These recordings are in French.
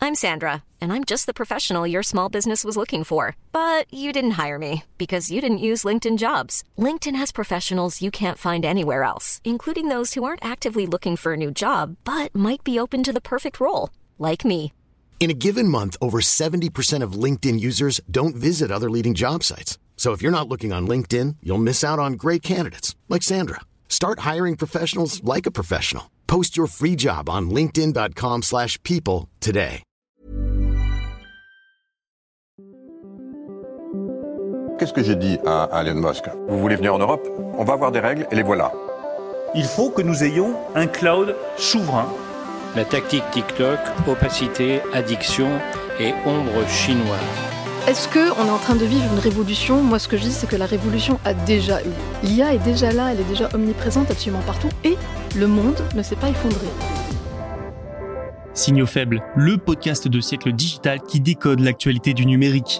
I'm Sandra, and I'm just the professional your small business was looking for. But you didn't hire me because you didn't use LinkedIn Jobs. LinkedIn has professionals you can't find anywhere else, including those who aren't actively looking for a new job, but might be open to the perfect role, like me. In a given month, over 70% of LinkedIn users don't visit other leading job sites. So if you're not looking on LinkedIn, you'll miss out on great candidates like Sandra. Start hiring professionals like a professional. Post your free job on linkedin.com/people today. Qu'est-ce que j'ai dit à Elon Musk ? Vous voulez venir en Europe ? On va avoir des règles et les voilà. Il faut que nous ayons un cloud souverain. La tactique TikTok, opacité, addiction et ombre chinoise. Est-ce qu'on est en train de vivre une révolution ? Moi, ce que je dis, c'est que la révolution a déjà eu. L'IA est déjà là, elle est déjà omniprésente absolument partout, et le monde ne s'est pas effondré. Signaux faibles, le podcast de Siècle Digital qui décode l'actualité du numérique.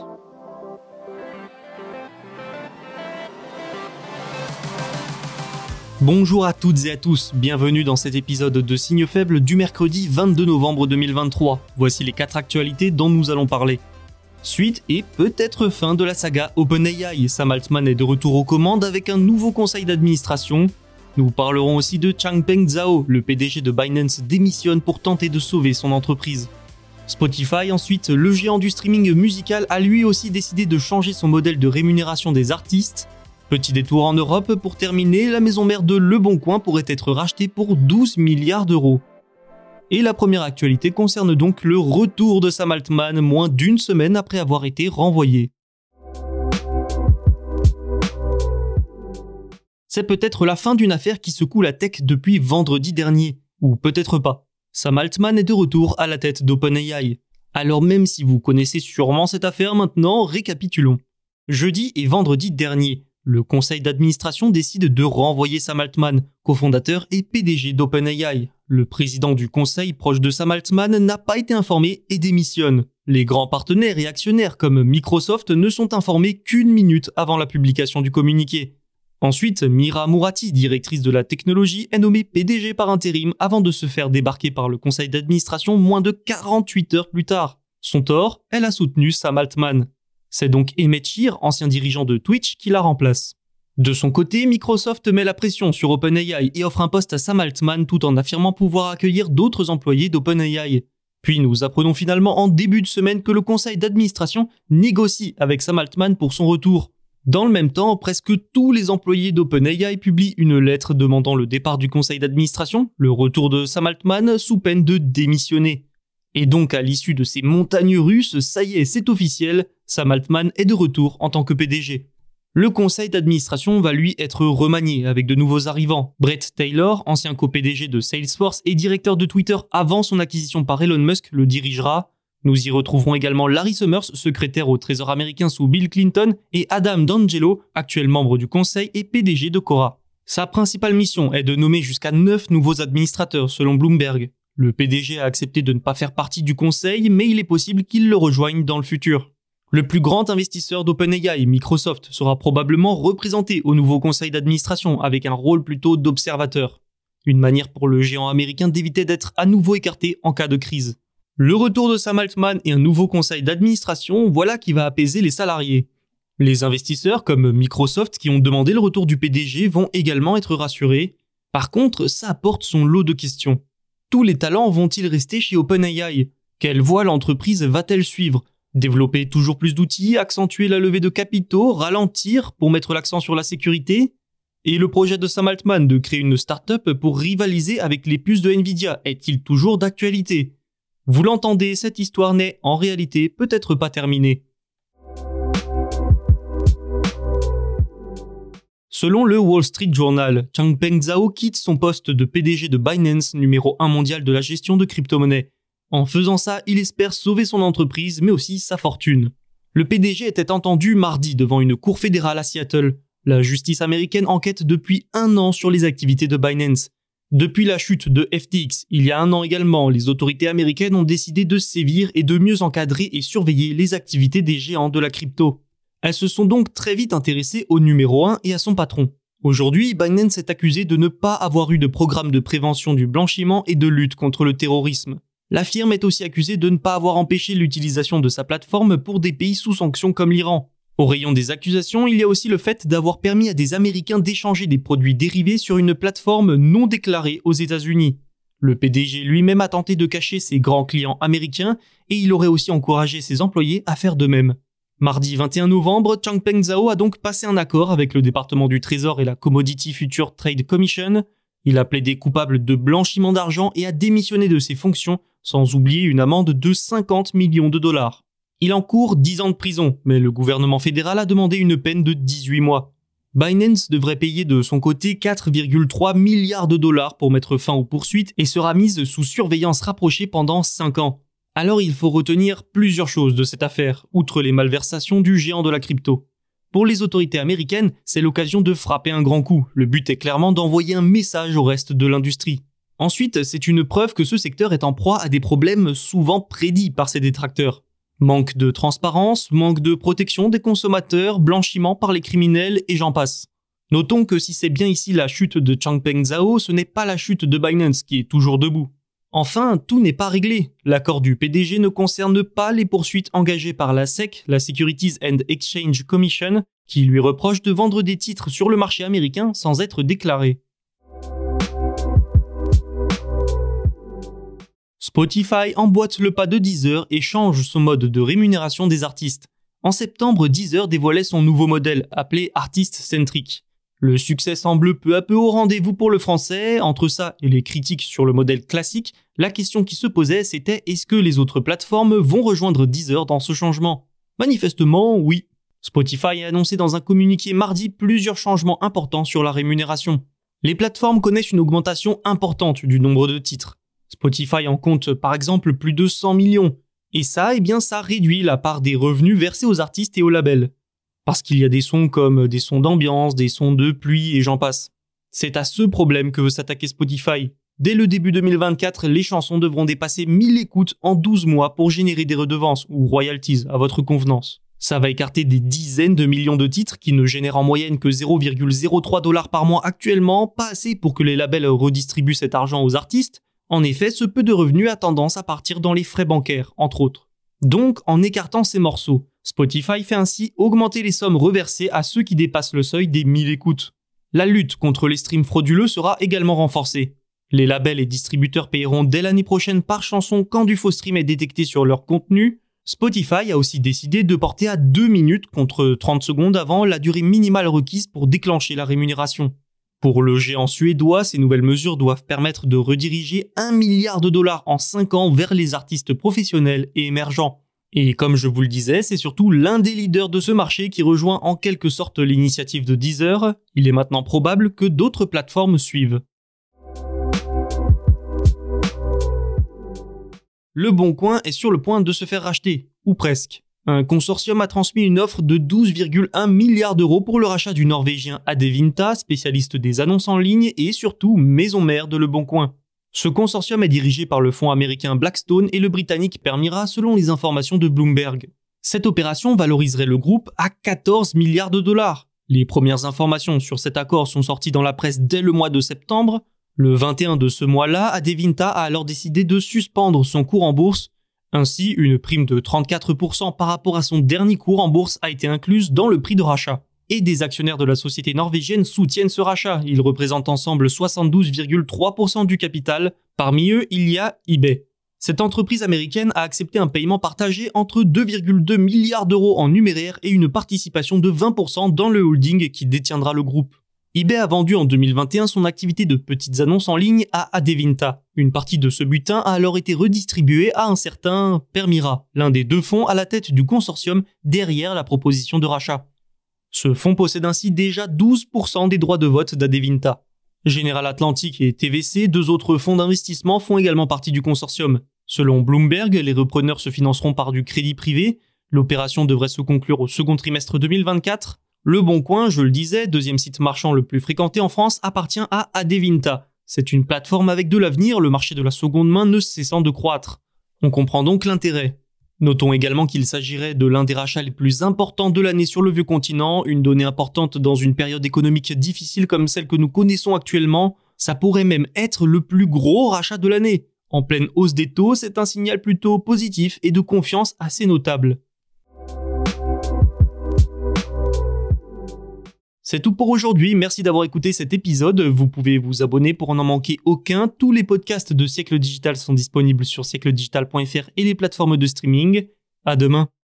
Bonjour à toutes et à tous, bienvenue dans cet épisode de Signaux faibles du mercredi 22 novembre 2023. Voici les 4 actualités dont nous allons parler. Suite et peut-être fin de la saga OpenAI, Sam Altman est de retour aux commandes avec un nouveau conseil d'administration. Nous parlerons aussi de Changpeng Zhao, le PDG de Binance démissionne pour tenter de sauver son entreprise. Spotify ensuite, le géant du streaming musical a lui aussi décidé de changer son modèle de rémunération des artistes. Petit détour en Europe pour terminer, la maison mère de Le Bon Coin pourrait être rachetée pour 12 milliards d'euros. Et la première actualité concerne donc le retour de Sam Altman, moins d'une semaine après avoir été renvoyé. C'est peut-être la fin d'une affaire qui secoue la tech depuis vendredi dernier, ou peut-être pas. Sam Altman est de retour à la tête d'OpenAI. Alors même si vous connaissez sûrement cette affaire maintenant, récapitulons. Jeudi et vendredi dernier, le conseil d'administration décide de renvoyer Sam Altman, cofondateur et PDG d'OpenAI. Le président du conseil proche de Sam Altman n'a pas été informé et démissionne. Les grands partenaires et actionnaires comme Microsoft ne sont informés qu'une minute avant la publication du communiqué. Ensuite, Mira Murati, directrice de la technologie, est nommée PDG par intérim avant de se faire débarquer par le conseil d'administration moins de 48 heures plus tard. Son tort, elle a soutenu Sam Altman. C'est donc Emmett Shear, ancien dirigeant de Twitch, qui la remplace. De son côté, Microsoft met la pression sur OpenAI et offre un poste à Sam Altman tout en affirmant pouvoir accueillir d'autres employés d'OpenAI. Puis nous apprenons finalement en début de semaine que le conseil d'administration négocie avec Sam Altman pour son retour. Dans le même temps, presque tous les employés d'OpenAI publient une lettre demandant le départ du conseil d'administration, le retour de Sam Altman sous peine de démissionner. Et donc à l'issue de ces montagnes russes, ça y est, c'est officiel, Sam Altman est de retour en tant que PDG. Le conseil d'administration va lui être remanié avec de nouveaux arrivants. Bret Taylor, ancien co-PDG de Salesforce et directeur de Twitter avant son acquisition par Elon Musk, le dirigera. Nous y retrouverons également Larry Summers, secrétaire au Trésor américain sous Bill Clinton, et Adam D'Angelo, actuel membre du conseil et PDG de Quora. Sa principale mission est de nommer jusqu'à 9 nouveaux administrateurs selon Bloomberg. Le PDG a accepté de ne pas faire partie du conseil, mais il est possible qu'il le rejoigne dans le futur. Le plus grand investisseur d'OpenAI, Microsoft, sera probablement représenté au nouveau conseil d'administration avec un rôle plutôt d'observateur. Une manière pour le géant américain d'éviter d'être à nouveau écarté en cas de crise. Le retour de Sam Altman et un nouveau conseil d'administration, voilà qui va apaiser les salariés. Les investisseurs comme Microsoft qui ont demandé le retour du PDG vont également être rassurés. Par contre, ça apporte son lot de questions. Tous les talents vont-ils rester chez OpenAI ? Quelle voie l'entreprise va-t-elle suivre ? Développer toujours plus d'outils, accentuer la levée de capitaux, ralentir pour mettre l'accent sur la sécurité ? Et le projet de Sam Altman de créer une start-up pour rivaliser avec les puces de Nvidia est-il toujours d'actualité ? Vous l'entendez, cette histoire n'est en réalité peut-être pas terminée. Selon le Wall Street Journal, Changpeng Zhao quitte son poste de PDG de Binance, numéro 1 mondial de la gestion de crypto-monnaies. En faisant ça, il espère sauver son entreprise, mais aussi sa fortune. Le PDG était entendu mardi devant une cour fédérale à Seattle. La justice américaine enquête depuis 1 an sur les activités de Binance. Depuis la chute de FTX, il y a 1 an également, les autorités américaines ont décidé de sévir et de mieux encadrer et surveiller les activités des géants de la crypto. Elles se sont donc très vite intéressées au numéro 1 et à son patron. Aujourd'hui, Binance est accusé de ne pas avoir eu de programme de prévention du blanchiment et de lutte contre le terrorisme. La firme est aussi accusée de ne pas avoir empêché l'utilisation de sa plateforme pour des pays sous sanctions comme l'Iran. Au rayon des accusations, il y a aussi le fait d'avoir permis à des Américains d'échanger des produits dérivés sur une plateforme non déclarée aux États-Unis. Le PDG lui-même a tenté de cacher ses grands clients américains et il aurait aussi encouragé ses employés à faire de même. Mardi 21 novembre, Changpeng Zhao a donc passé un accord avec le département du Trésor et la Commodity Future Trade Commission. Il a plaidé coupable de blanchiment d'argent et a démissionné de ses fonctions, sans oublier une amende de 50 millions de dollars. Il encourt 10 ans de prison, mais le gouvernement fédéral a demandé une peine de 18 mois. Binance devrait payer de son côté 4,3 milliards de dollars pour mettre fin aux poursuites et sera mise sous surveillance rapprochée pendant 5 ans. Alors il faut retenir plusieurs choses de cette affaire, outre les malversations du géant de la crypto. Pour les autorités américaines, c'est l'occasion de frapper un grand coup. Le but est clairement d'envoyer un message au reste de l'industrie. Ensuite, c'est une preuve que ce secteur est en proie à des problèmes souvent prédits par ses détracteurs. Manque de transparence, manque de protection des consommateurs, blanchiment par les criminels et j'en passe. Notons que si c'est bien ici la chute de Changpeng Zhao, ce n'est pas la chute de Binance qui est toujours debout. Enfin, tout n'est pas réglé. L'accord du PDG ne concerne pas les poursuites engagées par la SEC, la Securities and Exchange Commission, qui lui reproche de vendre des titres sur le marché américain sans être déclarés. Spotify emboîte le pas de Deezer et change son mode de rémunération des artistes. En septembre, Deezer dévoilait son nouveau modèle, appelé Artist Centric. Le succès semble peu à peu au rendez-vous pour le français. Entre ça et les critiques sur le modèle classique, la question qui se posait, c'était est-ce que les autres plateformes vont rejoindre Deezer dans ce changement ? Manifestement, oui. Spotify a annoncé dans un communiqué mardi plusieurs changements importants sur la rémunération. Les plateformes connaissent une augmentation importante du nombre de titres. Spotify en compte par exemple plus de 100 millions. Et ça réduit la part des revenus versés aux artistes et aux labels. Parce qu'il y a des sons comme des sons d'ambiance, des sons de pluie et j'en passe. C'est à ce problème que veut s'attaquer Spotify. Dès le début 2024, les chansons devront dépasser 1000 écoutes en 12 mois pour générer des redevances ou royalties à votre convenance. Ça va écarter des dizaines de millions de titres qui ne génèrent en moyenne que 0,03 $ par mois actuellement, pas assez pour que les labels redistribuent cet argent aux artistes. En effet, ce peu de revenus a tendance à partir dans les frais bancaires, entre autres. Donc, en écartant ces morceaux, Spotify fait ainsi augmenter les sommes reversées à ceux qui dépassent le seuil des 1000 écoutes. La lutte contre les streams frauduleux sera également renforcée. Les labels et distributeurs payeront dès l'année prochaine par chanson quand du faux stream est détecté sur leur contenu. Spotify a aussi décidé de porter à 2 minutes contre 30 secondes avant la durée minimale requise pour déclencher la rémunération. Pour le géant suédois, ces nouvelles mesures doivent permettre de rediriger 1 milliard de dollars en 5 ans vers les artistes professionnels et émergents. Et comme je vous le disais, c'est surtout l'un des leaders de ce marché qui rejoint en quelque sorte l'initiative de Deezer. Il est maintenant probable que d'autres plateformes suivent. Le Bon Coin est sur le point de se faire racheter, ou presque. Un consortium a transmis une offre de 12,1 milliards d'euros pour le rachat du Norvégien Adevinta, spécialiste des annonces en ligne et surtout maison mère de Le Bon Coin. Ce consortium est dirigé par le fonds américain Blackstone et le britannique Permira selon les informations de Bloomberg. Cette opération valoriserait le groupe à 14 milliards de dollars. Les premières informations sur cet accord sont sorties dans la presse dès le mois de septembre. Le 21 de ce mois-là, Adevinta a alors décidé de suspendre son cours en bourse. Ainsi, une prime de 34% par rapport à son dernier cours en bourse a été incluse dans le prix de rachat. Et des actionnaires de la société norvégienne soutiennent ce rachat. Ils représentent ensemble 72,3% du capital. Parmi eux, il y a eBay. Cette entreprise américaine a accepté un paiement partagé entre 2,2 milliards d'euros en numéraire et une participation de 20% dans le holding qui détiendra le groupe. eBay a vendu en 2021 son activité de petites annonces en ligne à Adevinta. Une partie de ce butin a alors été redistribuée à un certain Permira, l'un des deux fonds à la tête du consortium derrière la proposition de rachat. Ce fonds possède ainsi déjà 12% des droits de vote d'Adevinta. General Atlantic et TVC, deux autres fonds d'investissement, font également partie du consortium. Selon Bloomberg, les repreneurs se financeront par du crédit privé. L'opération devrait se conclure au second trimestre 2024. Le Bon Coin, je le disais, deuxième site marchand le plus fréquenté en France, appartient à Adevinta. C'est une plateforme avec de l'avenir, le marché de la seconde main ne cessant de croître. On comprend donc l'intérêt. Notons également qu'il s'agirait de l'un des rachats les plus importants de l'année sur le vieux continent, une donnée importante dans une période économique difficile comme celle que nous connaissons actuellement. Ça pourrait même être le plus gros rachat de l'année. En pleine hausse des taux, c'est un signal plutôt positif et de confiance assez notable. C'est tout pour aujourd'hui, merci d'avoir écouté cet épisode. Vous pouvez vous abonner pour n'en manquer aucun. Tous les podcasts de Siècle Digital sont disponibles sur siècledigital.fr et les plateformes de streaming. À demain.